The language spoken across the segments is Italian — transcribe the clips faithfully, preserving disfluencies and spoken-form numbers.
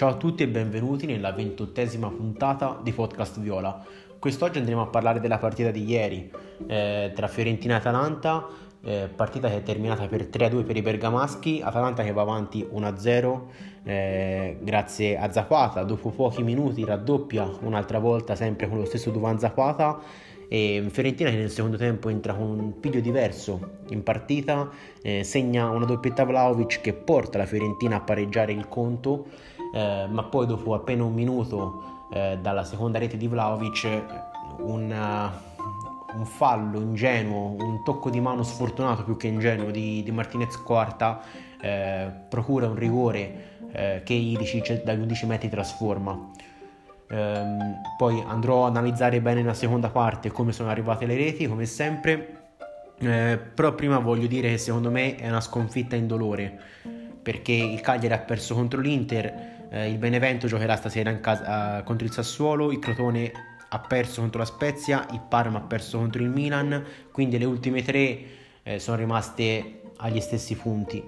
Ciao a tutti e benvenuti nella ventottesima puntata di Podcast Viola. Quest'oggi andremo a parlare della partita di ieri eh, tra Fiorentina e Atalanta, eh, partita che è terminata per tre a due per i bergamaschi. Atalanta che va avanti uno a zero eh, grazie a Zapata, dopo pochi minuti raddoppia un'altra volta sempre con lo stesso Duvan Zapata. E Fiorentina che nel secondo tempo entra con un piglio diverso in partita, eh, segna una doppietta Vlahovic che porta la Fiorentina a pareggiare il conto, eh, ma poi dopo appena un minuto eh, dalla seconda rete di Vlahovic un, uh, un fallo ingenuo, un tocco di mano sfortunato più che ingenuo di, di Martinez Quarta eh, procura un rigore eh, che Ilicic dagli undici metri trasforma. Um, poi andrò ad analizzare bene nella seconda parte come sono arrivate le reti, come sempre, eh, però prima voglio dire che secondo me è una sconfitta indolore, perché il Cagliari ha perso contro l'Inter, eh, il Benevento giocherà stasera in casa, uh, contro il Sassuolo, il Crotone ha perso contro la Spezia, il Parma ha perso contro il Milan, quindi le ultime tre eh, sono rimaste agli stessi punti.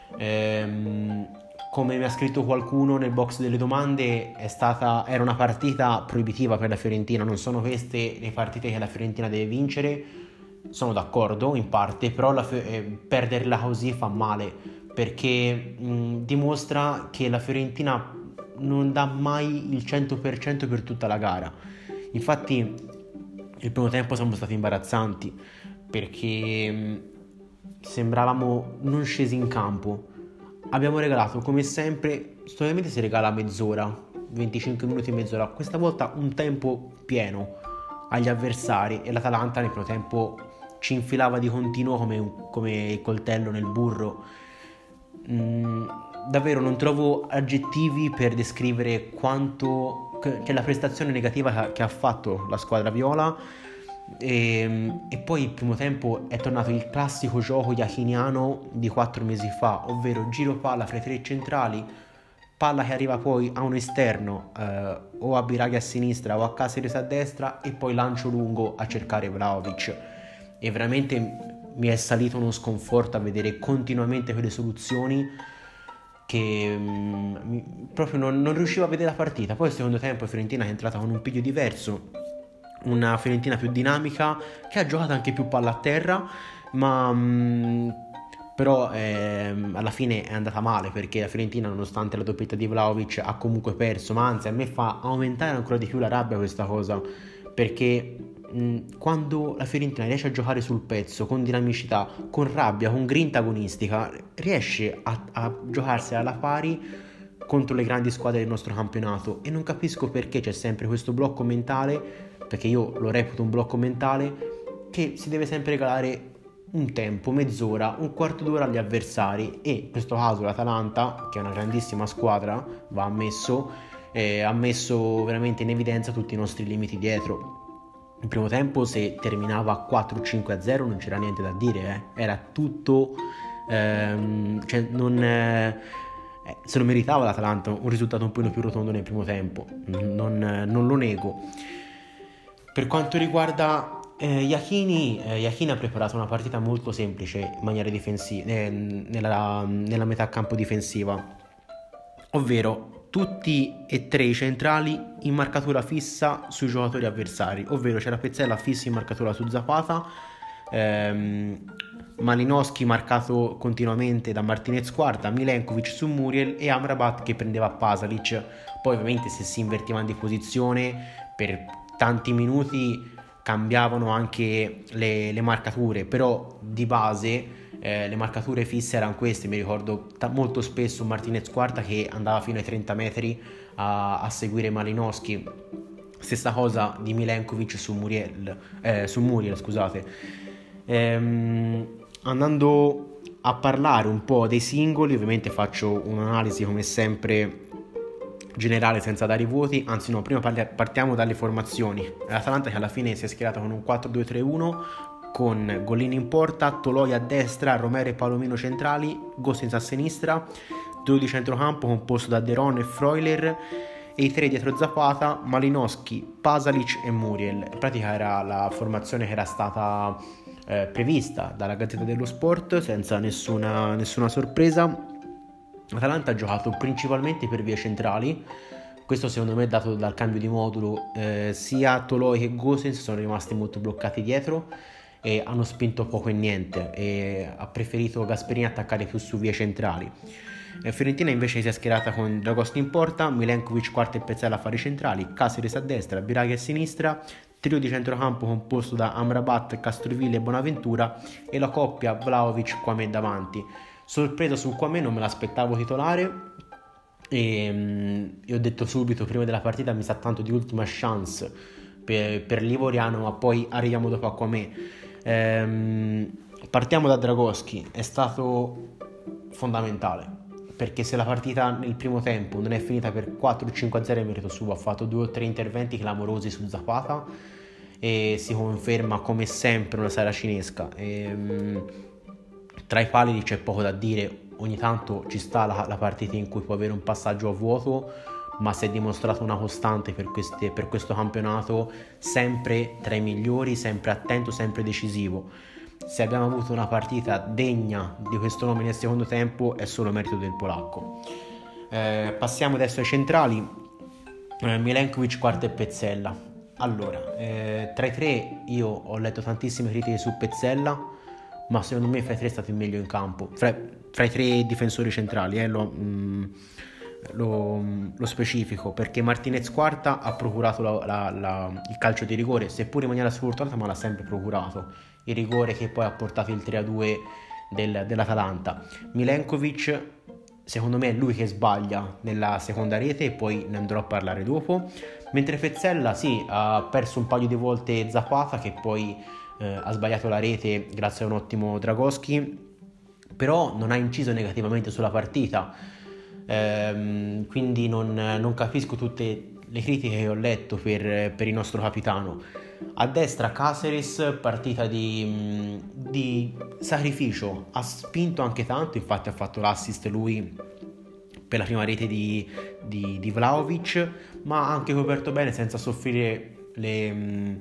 ehm, Come mi ha scritto qualcuno nel box delle domande, è stata, era una partita proibitiva per la Fiorentina. Non sono queste le partite che la Fiorentina deve vincere. Sono d'accordo in parte, però la, eh, perderla così fa male, perché mh, dimostra che la Fiorentina non dà mai il cento per cento per tutta la gara. Infatti il primo tempo siamo stati imbarazzanti, perché mh, sembravamo non scesi in campo. Abbiamo regalato come sempre, solitamente si regala mezz'ora, venticinque minuti, mezz'ora, questa volta un tempo pieno agli avversari, e l'Atalanta nel primo tempo ci infilava di continuo come, come il coltello nel burro. Mm, davvero non trovo aggettivi per descrivere quanto, cioè la prestazione negativa che ha fatto la squadra viola. E, e poi il primo tempo è tornato il classico gioco iachiniano di quattro mesi fa, ovvero giro palla fra i tre centrali, palla che arriva poi a un esterno, eh, o a Biraghi a sinistra o a Caceres a destra, e poi lancio lungo a cercare Vlahovic. E veramente mi è salito uno sconforto a vedere continuamente quelle soluzioni che mh, proprio non, non riuscivo a vedere la partita. Poi il secondo tempo Fiorentina è entrata con un piglio diverso, una Fiorentina più dinamica, che ha giocato anche più palla a terra, ma mh, però ehm, alla fine è andata male, perché la Fiorentina, nonostante la doppietta di Vlahovic, ha comunque perso. Ma anzi, a me fa aumentare ancora di più la rabbia questa cosa, perché mh, quando la Fiorentina riesce a giocare sul pezzo con dinamicità, con rabbia, con grinta agonistica, riesce a, a giocarsela alla pari contro le grandi squadre del nostro campionato. E non capisco perché c'è sempre questo blocco mentale, perché io lo reputo un blocco mentale, che si deve sempre regalare un tempo, mezz'ora, un quarto d'ora agli avversari. E in questo caso l'Atalanta, che è una grandissima squadra, va ammesso, eh, ha messo veramente in evidenza tutti i nostri limiti dietro. Il primo tempo, se terminava quattro cinque a zero, non c'era niente da dire, eh. Era tutto ehm, cioè non eh, se lo meritava l'Atalanta un risultato un po' più rotondo nel primo tempo, non, non lo nego. Per quanto riguarda eh, Iachini, eh, Iachini ha preparato una partita molto semplice in maniera difensiva, eh, nella, nella metà campo difensiva, ovvero tutti e tre i centrali in marcatura fissa sui giocatori avversari, ovvero c'era Pezzella fisso in marcatura su Zapata, ehm, Malinowski marcato continuamente da Martinez Quarta, Milenkovic su Muriel e Amrabat che prendeva Pasalic. Poi ovviamente se si invertivano di posizione per tanti minuti cambiavano anche le, le marcature, però di base eh, le marcature fisse erano queste. Mi ricordo t- molto spesso Martinez Quarta che andava fino ai trenta metri a, a seguire Malinowski, stessa cosa di Milenkovic su Muriel, eh, su Muriel scusate. Ehm, andando a parlare un po' dei singoli, ovviamente faccio un'analisi come sempre generale senza dare i voti, anzi no, prima parli- partiamo dalle formazioni. L'Atalanta che alla fine si è schierata con un quattro due tre uno, con Gollini in porta, Toloi a destra, Romero e Palomino centrali, Gosens a sinistra, due di centrocampo composto da Deron e Freuler, e i tre dietro Zapata, Malinowski, Pasalic e Muriel. In pratica era la formazione che era stata eh, prevista dalla Gazzetta dello Sport, senza nessuna, nessuna sorpresa. l'Atalanta ha giocato principalmente per vie centrali. Questo secondo me è dato dal cambio di modulo, eh, sia Toloi che Gosens sono rimasti molto bloccati dietro e hanno spinto poco e niente, e ha preferito Gasperini attaccare più su vie centrali. eh, Fiorentina invece si è schierata con Dragoschi in porta, Milenkovic quarta e Pezzella a fare centrali, Caceres a destra, Biraghi a sinistra, trio di centrocampo composto da Amrabat, Castrovilli e Bonaventura, e la coppia Vlahovic-Quame davanti. Sorpreso su Quame, non me l'aspettavo titolare, e, e ho detto subito prima della partita mi sa tanto di ultima chance per, per l'Ivoriano, ma poi arriviamo dopo a Quame. Ehm, partiamo da Dragoschi, è stato fondamentale, perché se la partita nel primo tempo non è finita per quattro cinque a zero è merito suo. Ha fatto due o tre interventi clamorosi su Zapata e si conferma come sempre una saracinesca. E, tra i pali c'è poco da dire, ogni tanto ci sta la, la partita in cui può avere un passaggio a vuoto, ma si è dimostrato una costante per, queste, per questo campionato, sempre tra i migliori, sempre attento, sempre decisivo. Se abbiamo avuto una partita degna di questo nome nel secondo tempo è solo merito del polacco. Eh, passiamo adesso ai centrali. eh, Milenkovic quarta e Pezzella. Allora, eh, tra i tre io ho letto tantissime critiche su Pezzella, ma secondo me fra i tre è stato il meglio in campo, fra, fra i tre difensori centrali, eh, lo, mh, lo, lo specifico, perché Martinez quarta ha procurato la, la, la, il calcio di rigore, seppur in maniera sfortunata, ma l'ha sempre procurato, il rigore che poi ha portato il tre a due del, dell'Atalanta. Milenkovic secondo me è lui che sbaglia nella seconda rete, e poi ne andrò a parlare dopo, mentre Pezzella sì, ha perso un paio di volte Zapata, che poi eh, ha sbagliato la rete grazie a un ottimo Dragoschi, però non ha inciso negativamente sulla partita. Ehm, quindi non, non capisco tutte le critiche che ho letto per, per il nostro capitano. A destra Caceres, partita di, di sacrificio, ha spinto anche tanto, infatti ha fatto l'assist lui per la prima rete di, di, di Vlahovic, ma ha anche coperto bene senza soffrire le,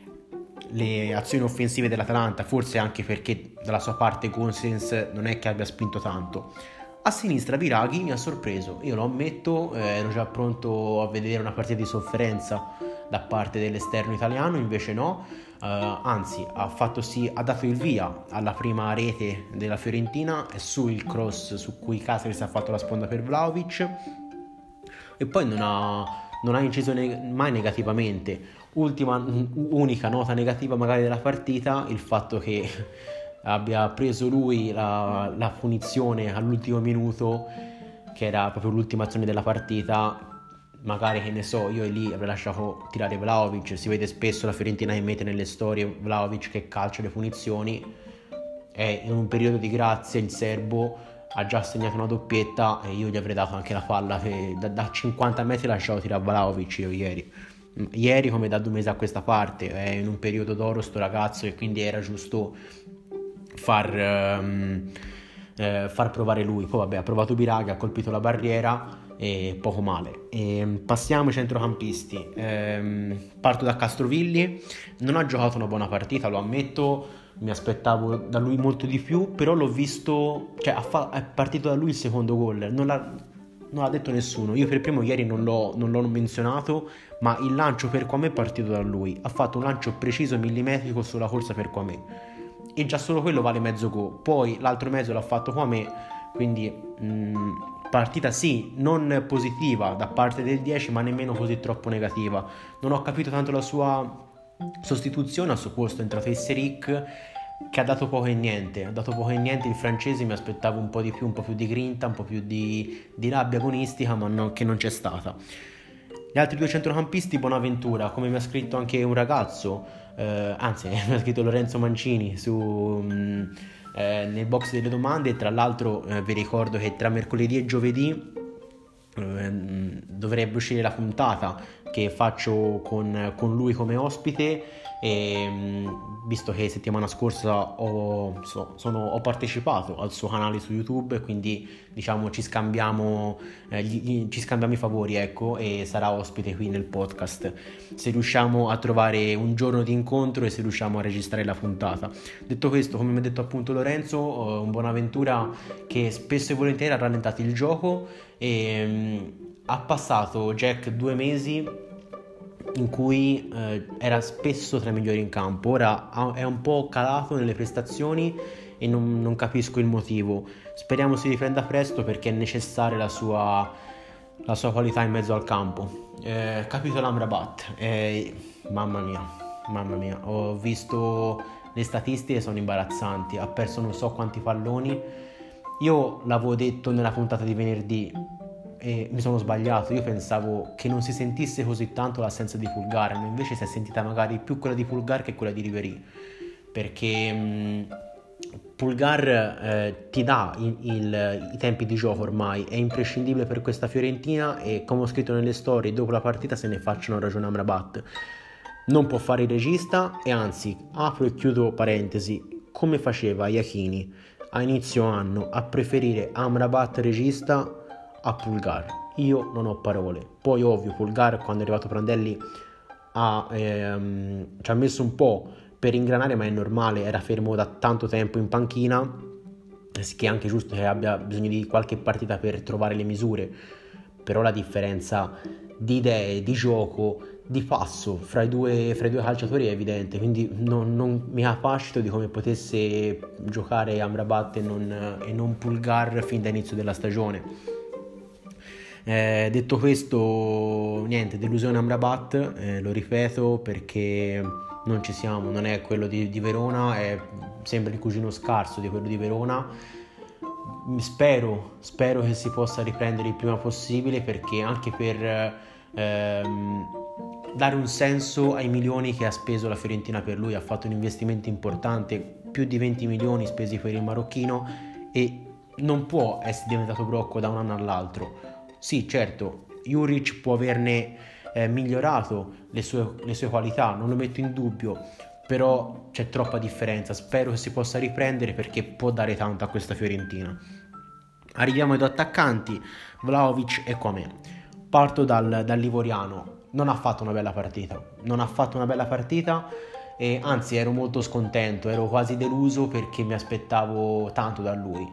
le azioni offensive dell'Atalanta, forse anche perché dalla sua parte Gosens non è che abbia spinto tanto. A sinistra Biraghi mi ha sorpreso, io lo ammetto, eh, ero già pronto a vedere una partita di sofferenza da parte dell'esterno italiano, invece no, uh, anzi ha fatto sì, ha dato il via alla prima rete della Fiorentina, è su il cross su cui Caceres ha fatto la sponda per Vlahovic, e poi non ha, non ha inciso ne- mai negativamente. Ultima, unica nota negativa magari della partita, il fatto che abbia preso lui la, la punizione all'ultimo minuto, che era proprio l'ultima azione della partita. Magari, che ne so, io lì avrei lasciato tirare Vlahovic. Si vede spesso la Fiorentina che mette nelle storie Vlahovic che calcia le punizioni, e in un periodo di grazia il serbo ha già segnato una doppietta, e io gli avrei dato anche la palla che da, da cinquanta metri lasciavo tirare Vlahovic io ieri ieri come da due mesi a questa parte. È in un periodo d'oro sto ragazzo, e quindi era giusto far, um, eh, far provare lui. Poi vabbè, ha provato Biraghi, ha colpito la barriera e poco male. E passiamo ai centrocampisti. Ehm, parto da Castrovilli. Non ha giocato una buona partita, lo ammetto, mi aspettavo da lui molto di più, però l'ho visto, cioè fa- è partito da lui il secondo gol, non l'ha, non l'ha detto nessuno. Io per primo ieri non l'ho, non l'ho menzionato, ma il lancio per Quame è partito da lui, ha fatto un lancio preciso e millimetrico sulla corsa per Quame, e già solo quello vale mezzo gol. Poi l'altro mezzo l'ha fatto Quame, quindi mh, partita sì, non positiva da parte del dieci, ma nemmeno così troppo negativa. Non ho capito tanto la sua sostituzione, al suo posto è entrato il Seric, che ha dato poco e niente, ha dato poco e niente. Il francese mi aspettavo un po' di più, un po' più di grinta, un po' più di, di rabbia agonistica, ma no, che non c'è stata. Gli altri due centrocampisti, Bonaventura, come mi ha scritto anche un ragazzo, eh, anzi mi ha scritto Lorenzo Mancini su... Mh, Eh, nel box delle domande. Tra l'altro eh, vi ricordo che tra mercoledì e giovedì eh, dovrebbe uscire la puntata che faccio con, con lui come ospite, e mh, visto che settimana scorsa ho, so, sono, ho partecipato al suo canale su YouTube, quindi diciamo ci scambiamo, eh, gli, gli, ci scambiamo i favori, ecco, e sarà ospite qui nel podcast se riusciamo a trovare un giorno di incontro e se riusciamo a registrare la puntata. Detto questo, come mi ha detto appunto Lorenzo, un Bonaventura che spesso e volentieri ha rallentato il gioco e mh, ha passato Jack due mesi in cui eh, era spesso tra i migliori in campo. Ora ha, è un po' calato nelle prestazioni e non, non capisco il motivo. Speriamo si riprenda presto perché è necessaria la sua, la sua qualità in mezzo al campo. Eh, capitolo Amrabat, eh, mamma mia, mamma mia, ho visto le statistiche, sono imbarazzanti, ha perso non so quanti palloni. Io l'avevo detto nella puntata di venerdì e mi sono sbagliato, io pensavo che non si sentisse così tanto l'assenza di Pulgar, ma invece si è sentita magari più quella di Pulgar che quella di Ribéry, perché mh, Pulgar eh, ti dà il, il, i tempi di gioco, ormai è imprescindibile per questa Fiorentina e come ho scritto nelle storie dopo la partita se ne facciano ragione Amrabat. Non può fare il regista e anzi, apro e chiudo parentesi, come faceva Iachini a inizio anno a preferire Amrabat regista a Pulgar, io non ho parole. Poi ovvio Pulgar quando è arrivato Prandelli ha, ehm, ci ha messo un po' per ingranare, ma è normale, era fermo da tanto tempo in panchina, che è anche giusto che abbia bisogno di qualche partita per trovare le misure, però la differenza di idee, di gioco, di passo fra i due, fra i due calciatori è evidente, quindi non, non mi capacito di come potesse giocare Amrabat e non, e non Pulgar fin da inizio della stagione. Eh, detto questo, niente, delusione Amrabat, eh, lo ripeto perché non ci siamo, non è quello di, di Verona, è sempre il cugino scarso di quello di Verona. Spero, spero che si possa riprendere il prima possibile, perché anche per ehm, dare un senso ai milioni che ha speso la Fiorentina per lui, ha fatto un investimento importante, più di venti milioni spesi per il marocchino e non può essere diventato brocco da un anno all'altro. Sì, certo, Juric può averne eh, migliorato le sue, le sue qualità, non lo metto in dubbio, però c'è troppa differenza. Spero che si possa riprendere perché può dare tanto a questa Fiorentina. Arriviamo ai due attaccanti, Vlahovic e Kwame. Parto dal, dal Livoriano, non ha fatto una bella partita, non ha fatto una bella partita e anzi ero molto scontento, ero quasi deluso perché mi aspettavo tanto da lui.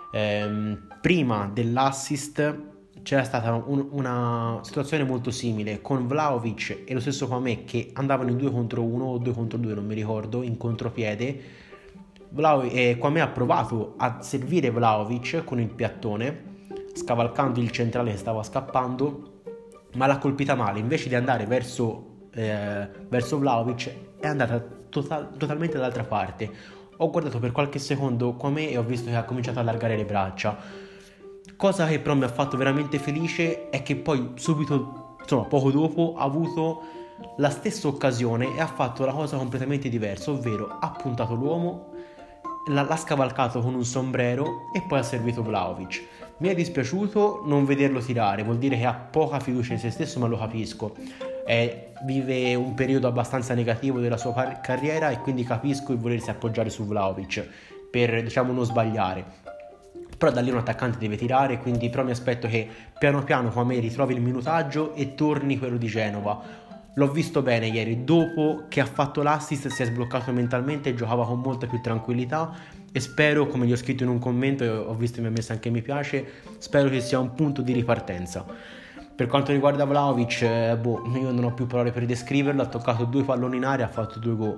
Ehm, prima dell'assist c'era stata un, una situazione molto simile con Vlahovic e lo stesso Kwame che andavano in due contro uno o due contro due, non mi ricordo, in contropiede. Vlahovic, eh, Kwame ha provato a servire Vlahovic con il piattone scavalcando il centrale che stava scappando, ma l'ha colpita male. Invece di andare verso, eh, verso Vlahovic è andata total, totalmente dall'altra parte. Ho guardato per qualche secondo Kwame e ho visto che ha cominciato a allargare le braccia. Cosa che però mi ha fatto veramente felice è che poi subito, insomma poco dopo, ha avuto la stessa occasione e ha fatto la cosa completamente diversa, ovvero ha puntato l'uomo, l'ha scavalcato con un sombrero e poi ha servito Vlahovic. Mi è dispiaciuto non vederlo tirare, vuol dire che ha poca fiducia in se stesso, ma lo capisco. Eh, vive un periodo abbastanza negativo della sua par- carriera e quindi capisco il volersi appoggiare su Vlahovic per, diciamo, non sbagliare. Però da lì un attaccante deve tirare, quindi però mi aspetto che piano piano Kwame ritrovi il minutaggio e torni quello di Genova. L'ho visto bene ieri, dopo che ha fatto l'assist si è sbloccato mentalmente e giocava con molta più tranquillità e spero, come gli ho scritto in un commento e ho visto che mi ha messo anche mi piace, spero che sia un punto di ripartenza. Per quanto riguarda Vlahovic, eh, boh, io non ho più parole per descriverlo, ha toccato due palloni in aria, ha fatto due gol.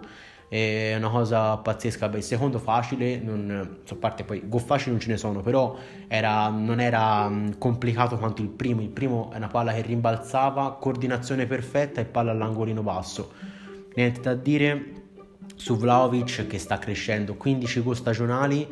È una cosa pazzesca. Beh, il secondo facile, non, a parte poi gol facili non ce ne sono, però era, non era complicato quanto il primo. Il primo è una palla che rimbalzava, coordinazione perfetta e palla all'angolino basso. Niente da dire su Vlahovic che sta crescendo, quindici gol stagionali,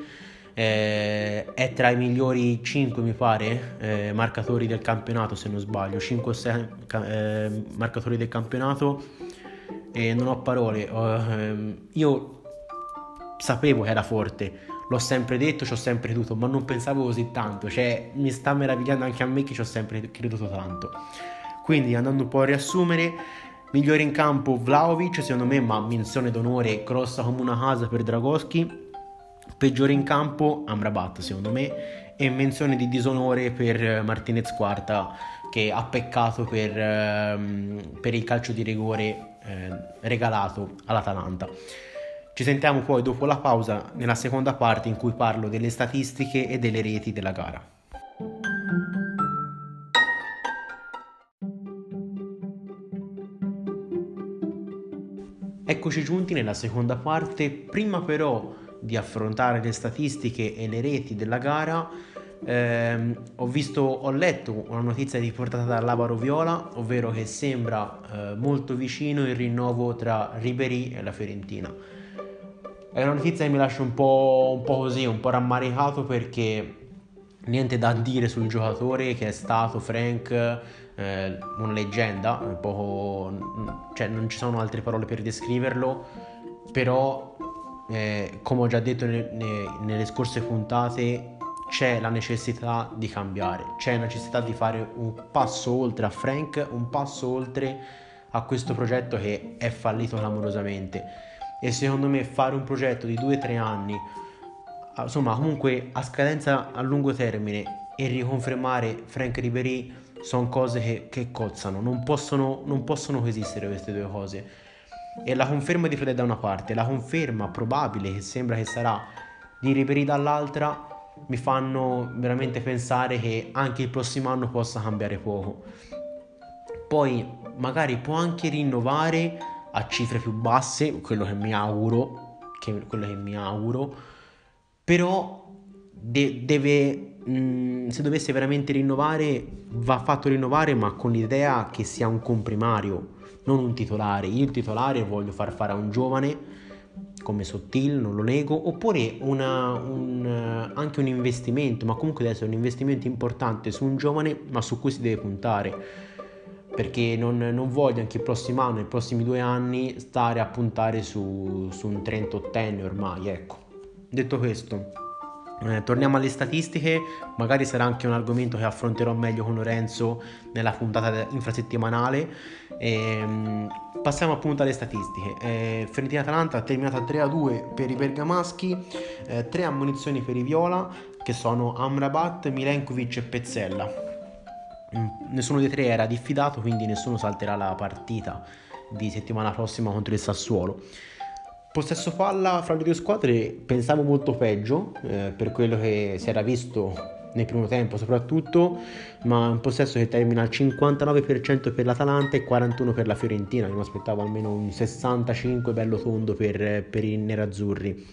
eh, è tra i migliori cinque mi pare eh, marcatori del campionato, se non sbaglio, cinque o sei eh, marcatori del campionato. E non ho parole. Uh, io sapevo che era forte, l'ho sempre detto, ci ho sempre creduto, ma non pensavo così tanto, cioè mi sta meravigliando anche a me che ci ho sempre creduto tanto. Quindi andando un po' a riassumere, Migliore in campo Vlahovic secondo me, ma menzione d'onore grossa come una casa per Dragoschi. Peggiore in campo Amrabat secondo me, e menzione di disonore per Martinez Quarta, che ha peccato per, ehm, per il calcio di rigore eh, regalato all'Atalanta. Ci sentiamo poi dopo la pausa nella seconda parte, in cui parlo delle statistiche e delle reti della gara. Eccoci giunti nella seconda parte. Prima però di affrontare le statistiche e le reti della gara, ehm, ho visto, ho letto una notizia riportata dall'Avaro Viola, ovvero che sembra eh, molto vicino il rinnovo tra Ribéry e la Fiorentina. È una notizia che mi lascia un po', un po' così, un po' rammaricato, perché niente da dire sul giocatore, che è stato Frank eh, una leggenda, un poco, cioè non ci sono altre parole per descriverlo, però eh, come ho già detto ne, ne, nelle scorse puntate, c'è la necessità di cambiare, c'è la necessità di fare un passo oltre a Frank, un passo oltre a questo progetto che è fallito clamorosamente. E secondo me fare un progetto di due tre anni, insomma comunque a scadenza a lungo termine, e riconfermare Frank Ribéry, sono cose che, che cozzano, non possono, non possono coesistere queste due cose. E la conferma di Fred da una parte, la conferma probabile che sembra che sarà di Ribéry dall'altra, mi fanno veramente pensare che anche il prossimo anno possa cambiare poco. Poi magari può anche rinnovare a cifre più basse, quello che mi auguro, che, quello che mi auguro, però de- deve, mh, se dovesse veramente rinnovare, va fatto rinnovare, ma con l'idea che sia un comprimario, non un titolare. Io il titolare voglio far fare a un giovane come Sottil, non lo nego, oppure una, un, anche un investimento, ma comunque deve essere un investimento importante su un giovane, ma su cui si deve puntare, perché non, non voglio anche il prossimo anno, nei prossimi due anni, stare a puntare su, su un trentottenne ormai, ecco. Detto questo, eh, torniamo alle statistiche. Magari sarà anche un argomento che affronterò meglio con Lorenzo nella puntata infrasettimanale. E, passiamo appunto alle statistiche. eh, Fiorentina-Atalanta ha terminato tre a due per i bergamaschi, eh, tre ammonizioni per i viola, che sono Amrabat, Milenkovic e Pezzella. Nessuno dei tre era diffidato, quindi nessuno salterà la partita di settimana prossima contro il Sassuolo. Possesso palla fra le due squadre pensavo molto peggio, eh, per quello che si era visto nel primo tempo soprattutto, ma un possesso che termina al cinquantanove per cento per l'Atalanta e quarantuno per la Fiorentina. Io mi aspettavo almeno un sessantacinque bello tondo per, per i nerazzurri.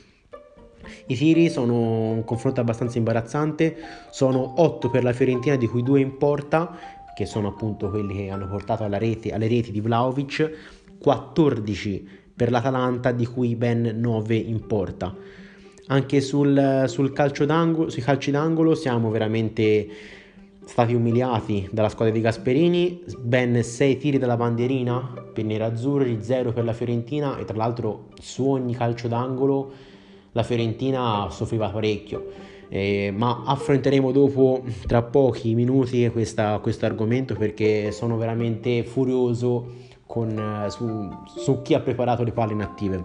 I tiri sono un confronto abbastanza imbarazzante, sono otto per la Fiorentina, di cui due in porta, che sono appunto quelli che hanno portato alla rete, alle reti di Vlahovic, quattordici per l'Atalanta, di cui ben nove in porta. Anche sul, sul calcio d'angolo, sui calci d'angolo siamo veramente stati umiliati dalla squadra di Gasperini, ben sei tiri dalla bandierina per i nerazzurri, zero per la Fiorentina, e tra l'altro su ogni calcio d'angolo la Fiorentina soffriva parecchio, eh, ma affronteremo dopo, tra pochi minuti, questo argomento, perché sono veramente furioso con, eh, su, su chi ha preparato le palle inattive.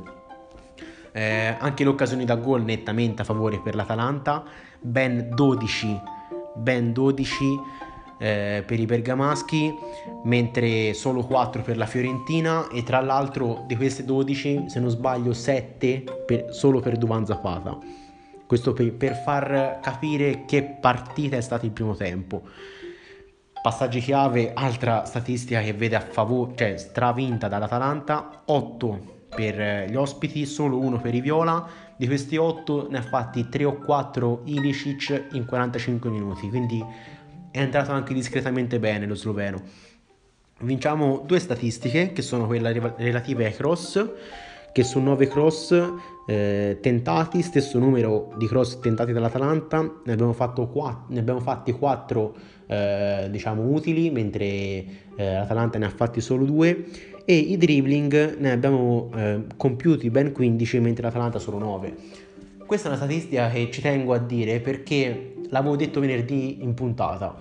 Eh, anche le occasioni da gol nettamente a favore per l'Atalanta, ben dodici, ben dodici eh, per i bergamaschi, mentre solo quattro per la Fiorentina, e tra l'altro di queste dodici, se non sbaglio, sette per, solo per Duvan Zapata. Questo per, per far capire che partita è stata il primo tempo. Passaggi chiave, altra statistica che vede a favore, cioè stravinta dall'Atalanta: otto per gli ospiti, solo uno per i viola. Di questi otto ne ha fatti tre o quattro Ilicic in quarantacinque minuti, quindi è entrato anche discretamente bene lo sloveno. Vinciamo due statistiche, che sono quelle relative ai cross, che su nove cross eh, tentati, stesso numero di cross tentati dall'Atalanta, ne abbiamo, fatto quattro, ne abbiamo fatti quattro eh, diciamo utili, mentre eh, l'Atalanta ne ha fatti solo due, e i dribbling ne abbiamo eh, compiuti ben quindici, mentre l'Atalanta solo nove. Questa è una statistica che ci tengo a dire perché l'avevo detto venerdì in puntata.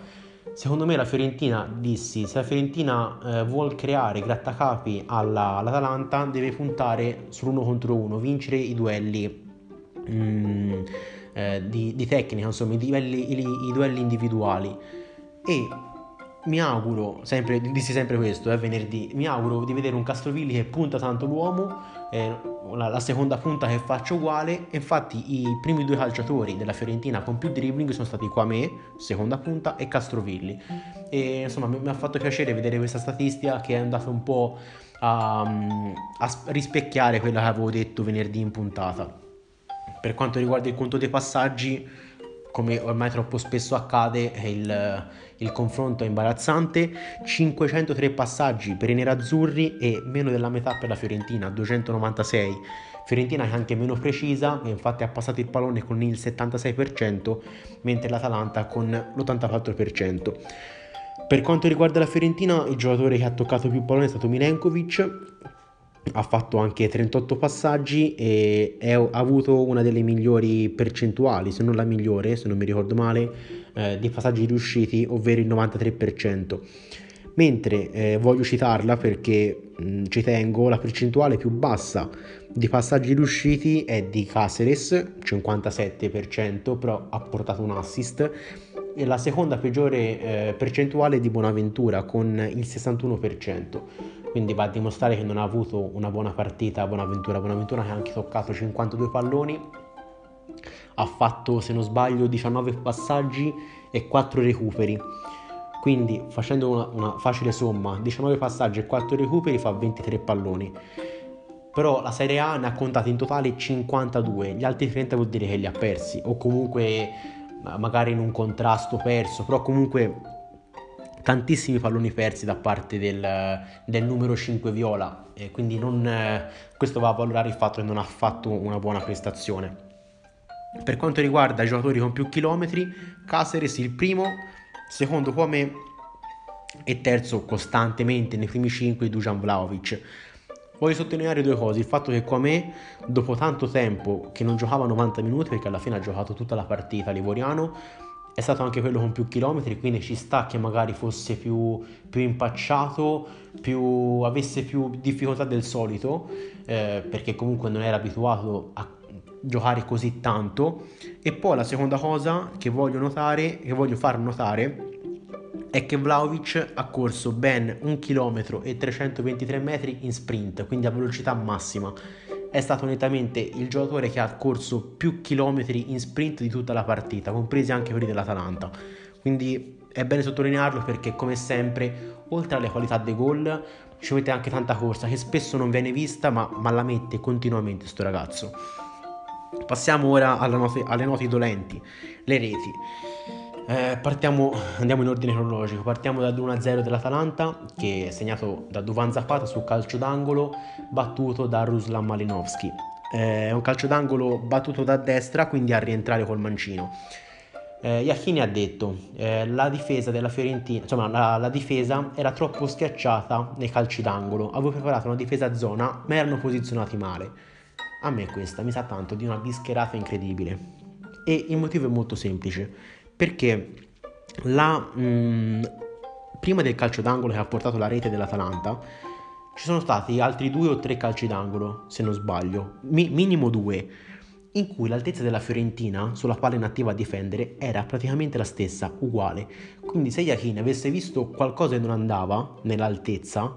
Secondo me la Fiorentina, dissi, se la Fiorentina eh, vuol creare grattacapi alla, all'Atalanta, deve puntare sull'uno contro uno, vincere i duelli mm, eh, di, di tecnica, insomma, i duelli, i, i duelli individuali. E mi auguro, sempre, dissi sempre questo, è eh, venerdì, mi auguro di vedere un Castrovilli che punta tanto l'uomo, eh, la, la seconda punta che faccia uguale. Infatti i primi due calciatori della Fiorentina con più dribbling sono stati Quamé, seconda punta, e Castrovilli. E insomma mi, mi ha fatto piacere vedere questa statistica che è andata un po' a, a rispecchiare quella che avevo detto venerdì in puntata. Per quanto riguarda il conto dei passaggi, come ormai troppo spesso accade, il, il confronto è imbarazzante: cinquecentotre passaggi per i nerazzurri e meno della metà per la Fiorentina, duecentonovantasei. Fiorentina che è anche meno precisa, che infatti ha passato il pallone con il settantasei per cento, mentre l'Atalanta con l'ottantaquattro per cento. Per quanto riguarda la Fiorentina, il giocatore che ha toccato più pallone è stato Milenkovic, ha fatto anche trentotto passaggi e è, ha avuto una delle migliori percentuali, se non la migliore, se non mi ricordo male, eh, di passaggi riusciti, ovvero il novantatré per cento. Mentre eh, voglio citarla perché mh, ci tengo, la percentuale più bassa di passaggi riusciti è di Caceres, cinquantasette per cento, però ha portato un assist, e la seconda peggiore eh, percentuale è di Bonaventura con il sessantuno per cento. Quindi va a dimostrare che non ha avuto una buona partita Bonaventura. Bonaventura che ha anche toccato cinquantadue palloni, ha fatto, se non sbaglio, diciannove passaggi e quattro recuperi. Quindi facendo una, una facile somma, diciannove passaggi e quattro recuperi fa ventitré palloni. Però la Serie A ne ha contati in totale cinquantadue, gli altri trenta vuol dire che li ha persi, o comunque magari in un contrasto perso, però comunque tantissimi palloni persi da parte del, del numero cinque viola, e quindi non, eh, questo va a valorare il fatto che non ha fatto una buona prestazione. Per quanto riguarda i giocatori con più chilometri, Caceres il primo, secondo Quamé e terzo costantemente nei primi cinque Dusan Vlahovic. Voglio sottolineare due cose: il fatto che Quamé, dopo tanto tempo che non giocava novanta minuti, perché alla fine ha giocato tutta la partita livoriano, è stato anche quello con più chilometri, quindi ci sta che magari fosse più, più impacciato, più, avesse più difficoltà del solito, eh, perché comunque non era abituato a giocare così tanto. E poi la seconda cosa che voglio notare, che voglio far notare, è che Vlahovic ha corso ben un chilometro e trecentoventitré metri in sprint, quindi a velocità massima. È stato nettamente il giocatore che ha corso più chilometri in sprint di tutta la partita, compresi anche quelli dell'Atalanta. Quindi è bene sottolinearlo perché, come sempre, oltre alle qualità dei gol, ci mette anche tanta corsa che spesso non viene vista, ma, ma la mette continuamente sto ragazzo. Passiamo ora alla note, alle note dolenti, le reti. Eh, partiamo, andiamo in ordine cronologico. Partiamo dall'uno a zero dell'Atalanta, che è segnato da Duvan Zapata su calcio d'angolo battuto da Ruslan Malinovskyi. Eh, è un calcio d'angolo battuto da destra, quindi a rientrare col mancino. eh, Iachini ha detto eh, la difesa della Fiorentina, insomma la, la difesa era troppo schiacciata nei calci d'angolo, avevo preparato una difesa a zona ma erano posizionati male. A me questa mi sa tanto di una bischerata incredibile, e il motivo è molto semplice, perché la, mh, prima del calcio d'angolo che ha portato la rete dell'Atalanta ci sono stati altri due o tre calci d'angolo, se non sbaglio, Mi, minimo due, in cui l'altezza della Fiorentina sulla palla inattiva a difendere era praticamente la stessa, uguale. Quindi se Iachini avesse visto qualcosa che non andava nell'altezza,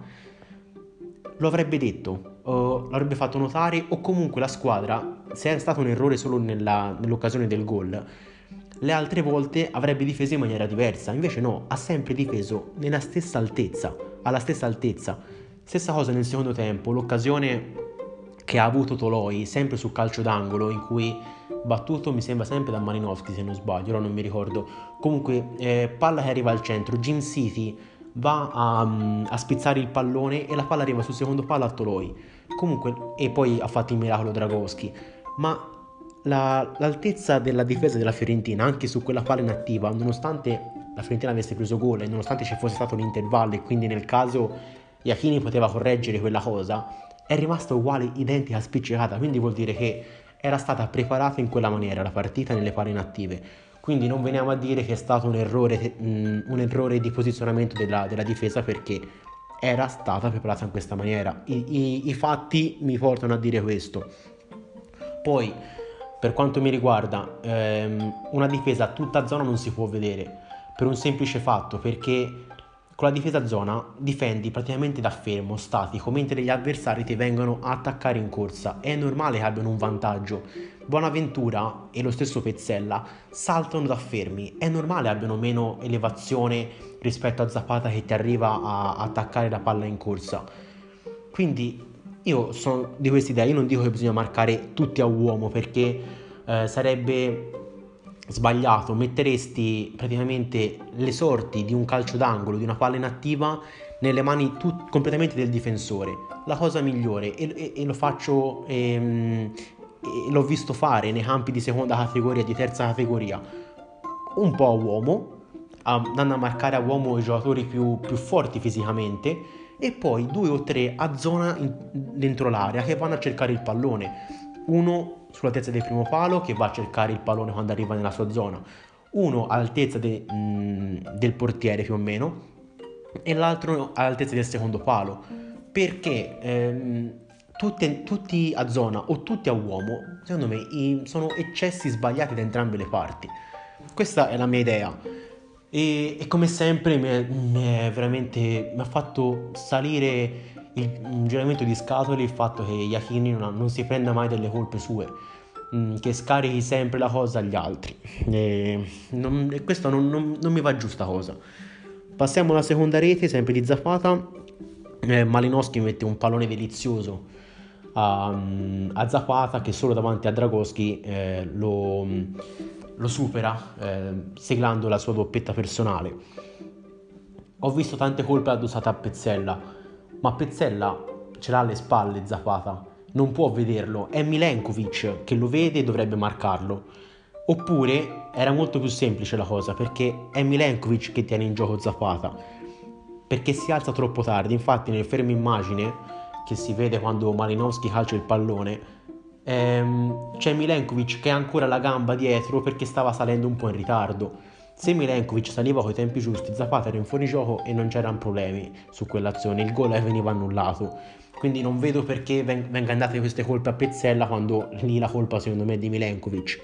lo avrebbe detto, uh, l'avrebbe fatto notare, o comunque la squadra, se era stato un errore solo nella, nell'occasione del gol, le altre volte avrebbe difeso in maniera diversa. Invece no, ha sempre difeso nella stessa altezza, alla stessa altezza. Stessa cosa nel secondo tempo, l'occasione che ha avuto Toloi, sempre sul calcio d'angolo, in cui battuto mi sembra sempre da Malinovskyi se non sbaglio, ora non mi ricordo. Comunque eh, palla che arriva al centro, Jim City va a, a spizzare il pallone e la palla arriva sul secondo palo a Toloi. Comunque, e poi ha fatto il miracolo Dragowski. Ma la, l'altezza della difesa della Fiorentina, anche su quella palla inattiva, nonostante la Fiorentina avesse preso gol e nonostante ci fosse stato l'intervallo e quindi nel caso Iachini poteva correggere quella cosa, è rimasta uguale, identica, spiccicata. Quindi vuol dire che era stata preparata in quella maniera la partita nelle palle inattive. quindi non veniamo a dire che è stato un errore, mh, un errore di posizionamento della, della difesa, perché era stata preparata in questa maniera. I, i, i fatti mi portano a dire questo. Poi, per quanto mi riguarda, ehm, una difesa a tutta zona non si può vedere, per un semplice fatto, perché con la difesa a zona difendi praticamente da fermo, statico, mentre gli avversari ti vengono a attaccare in corsa. È normale che abbiano un vantaggio. Bonaventura e lo stesso Pezzella saltano da fermi, è normale abbiano meno elevazione rispetto a Zapata che ti arriva a attaccare la palla in corsa. Quindi io sono di questa idea, io non dico che bisogna marcare tutti a uomo, perché eh, sarebbe sbagliato, metteresti praticamente le sorti di un calcio d'angolo, di una palla inattiva nelle mani tut- completamente del difensore. La cosa migliore, e, e, e lo faccio, ehm, e l'ho visto fare nei campi di seconda categoria, di terza categoria, un po' a uomo, andando a marcare a uomo i giocatori più, più forti fisicamente, e poi due o tre a zona in, dentro l'area che vanno a cercare il pallone. Uno sull'altezza del primo palo che va a cercare il pallone quando arriva nella sua zona, uno all'altezza de, mh, del portiere più o meno, e l'altro all'altezza del secondo palo, perché ehm, tutti, tutti a zona o tutti a uomo, secondo me i, sono eccessi sbagliati da entrambe le parti. Questa è la mia idea. E, e come sempre mi, è, mi, è veramente, mi ha fatto salire il, un giramento di scatole il fatto che Iachini non, non si prenda mai delle colpe sue, mh, che scarichi sempre la cosa agli altri, e, non, e questo non, non, non mi va giusta cosa. Passiamo alla seconda rete, sempre di Zapata. eh, Malinowski mette un pallone delizioso a, a Zapata, che solo davanti a Dragoschi eh, lo, lo supera, eh, seglando la sua doppietta personale. Ho visto tante colpe addossate a Pezzella, ma Pezzella ce l'ha alle spalle Zapata, non può vederlo, è Milenkovic che lo vede e dovrebbe marcarlo. Oppure era molto più semplice la cosa, perché è Milenkovic che tiene in gioco Zapata, perché si alza troppo tardi. Infatti nel fermo immagine che si vede quando Malinowski calcia il pallone, ehm, c'è Milenkovic che ha ancora la gamba dietro perché stava salendo un po' in ritardo. Se Milenkovic saliva coi tempi giusti, Zapata era in fuorigioco e non c'erano problemi su quell'azione, il gol veniva annullato. Quindi non vedo perché veng- vengano date queste colpe a Pezzella, quando lì la colpa secondo me è di Milenkovic.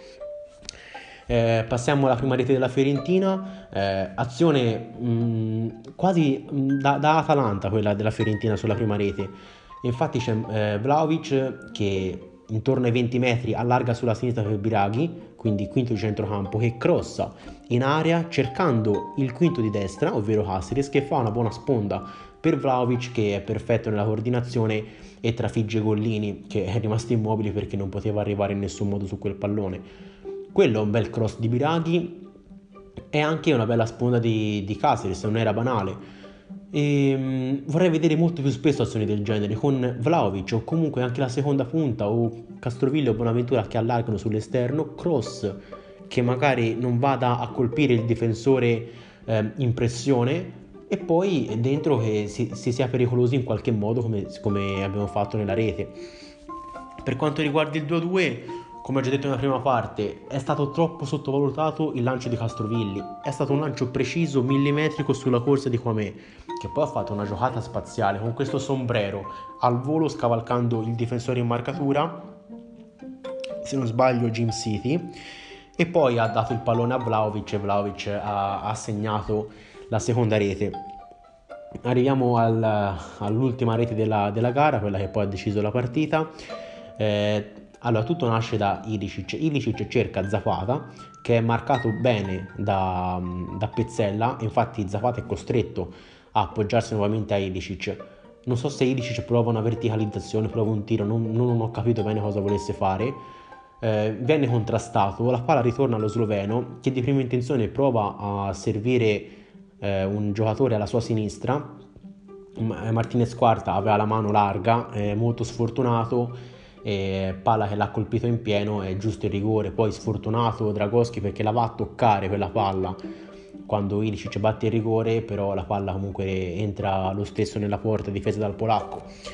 Eh, passiamo alla prima rete della Fiorentina, eh, azione mh, quasi mh, da, da Atalanta quella della Fiorentina sulla prima rete. Infatti c'è eh, Vlahovic che intorno ai venti metri allarga sulla sinistra per Biraghi, quindi quinto di centrocampo, che crossa in area cercando il quinto di destra, ovvero Caceres, che fa una buona sponda per Vlahovic, che è perfetto nella coordinazione e trafigge Gollini, che è rimasto immobile perché non poteva arrivare in nessun modo su quel pallone. Quello è un bel cross di Biraghi e anche una bella sponda di, di Caceres, non era banale. E, um, vorrei vedere molto più spesso azioni del genere con Vlahovic, o comunque anche la seconda punta, o Castrovillo o Bonaventura che allargano sull'esterno, cross che magari non vada a colpire il difensore eh, in pressione, e poi dentro che si, si sia pericolosi in qualche modo, come, come abbiamo fatto nella rete. Per quanto riguarda il due a due, come ho già detto nella prima parte, è stato troppo sottovalutato il lancio di Castrovilli. È stato un lancio preciso, millimetrico sulla corsa di Quamè, che poi ha fatto una giocata spaziale con questo sombrero al volo, scavalcando il difensore in marcatura, se non sbaglio Jim City, e poi ha dato il pallone a Vlahovic e Vlahovic ha, ha segnato la seconda rete. Arriviamo al, all'ultima rete della, della gara, quella che poi ha deciso la partita. Eh, allora, tutto nasce da Ilicic. Ilicic cerca Zapata, che è marcato bene da, da Pezzella. Infatti Zapata è costretto a appoggiarsi nuovamente a Ilicic. Non so se Ilicic prova una verticalizzazione, prova un tiro, non, non ho capito bene cosa volesse fare. Eh, viene contrastato, la palla ritorna allo sloveno, che di prima intenzione prova a servire eh, un giocatore alla sua sinistra. Martinez Quarta aveva la mano larga, eh, molto sfortunato, e palla che l'ha colpito in pieno, è giusto il rigore. Poi sfortunato Dragoschi perché la va a toccare quella palla quando Ilicic batte il rigore, però la palla comunque entra lo stesso nella porta difesa dal polacco.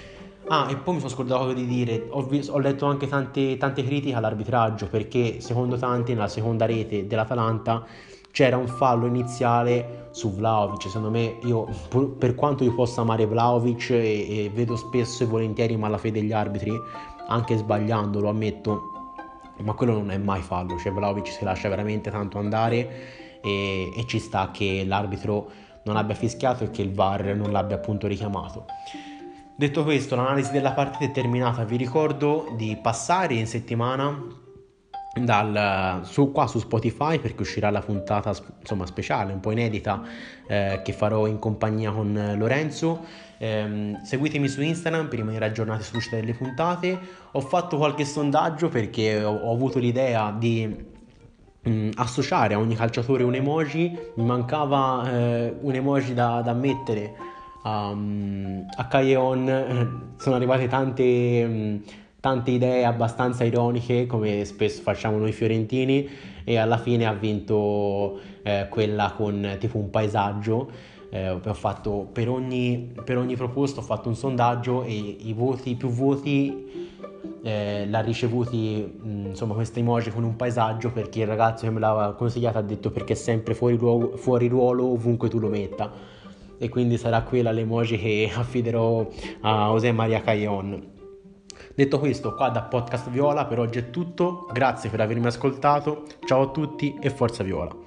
Ah, e poi mi sono scordato di dire, ho, vis- ho letto anche tante, tante critiche all'arbitraggio perché secondo tanti nella seconda rete dell'Atalanta c'era un fallo iniziale su Vlahovic. Secondo me, io, pur- per quanto io possa amare Vlahovic e, e vedo spesso e volentieri in malafede gli arbitri, anche sbagliando, lo ammetto, ma quello non è mai fallo, cioè Vlahovic si lascia veramente tanto andare e, e ci sta che l'arbitro non abbia fischiato e che il V A R non l'abbia appunto richiamato. Detto questo, l'analisi della partita è terminata. Vi ricordo di passare in settimana dal, su, qua su Spotify perché uscirà la puntata insomma speciale, un po' inedita, eh, che farò in compagnia con Lorenzo. Ehm, seguitemi su Instagram per rimanere aggiornati sull'uscita delle puntate. Ho fatto qualche sondaggio perché ho, ho avuto l'idea di mh, associare a ogni calciatore un emoji. Mi mancava eh, un emoji da, da mettere a, a Callejon. Sono arrivate tante, mh, tante idee abbastanza ironiche come spesso facciamo noi fiorentini e alla fine ha vinto eh, quella con tipo un paesaggio. Eh, ho fatto per ogni, per ogni proposta ho fatto un sondaggio e i voti, più voti eh, l'ha ricevuti mh, insomma questa emoji con un paesaggio perché il ragazzo che me l'ha consigliata ha detto perché è sempre fuori ruolo, fuori ruolo ovunque tu lo metta, e quindi sarà quella l'emoji che affiderò a José Maria Caillon. Detto questo, qua da Podcast Viola per oggi è tutto, grazie per avermi ascoltato, ciao a tutti e forza Viola.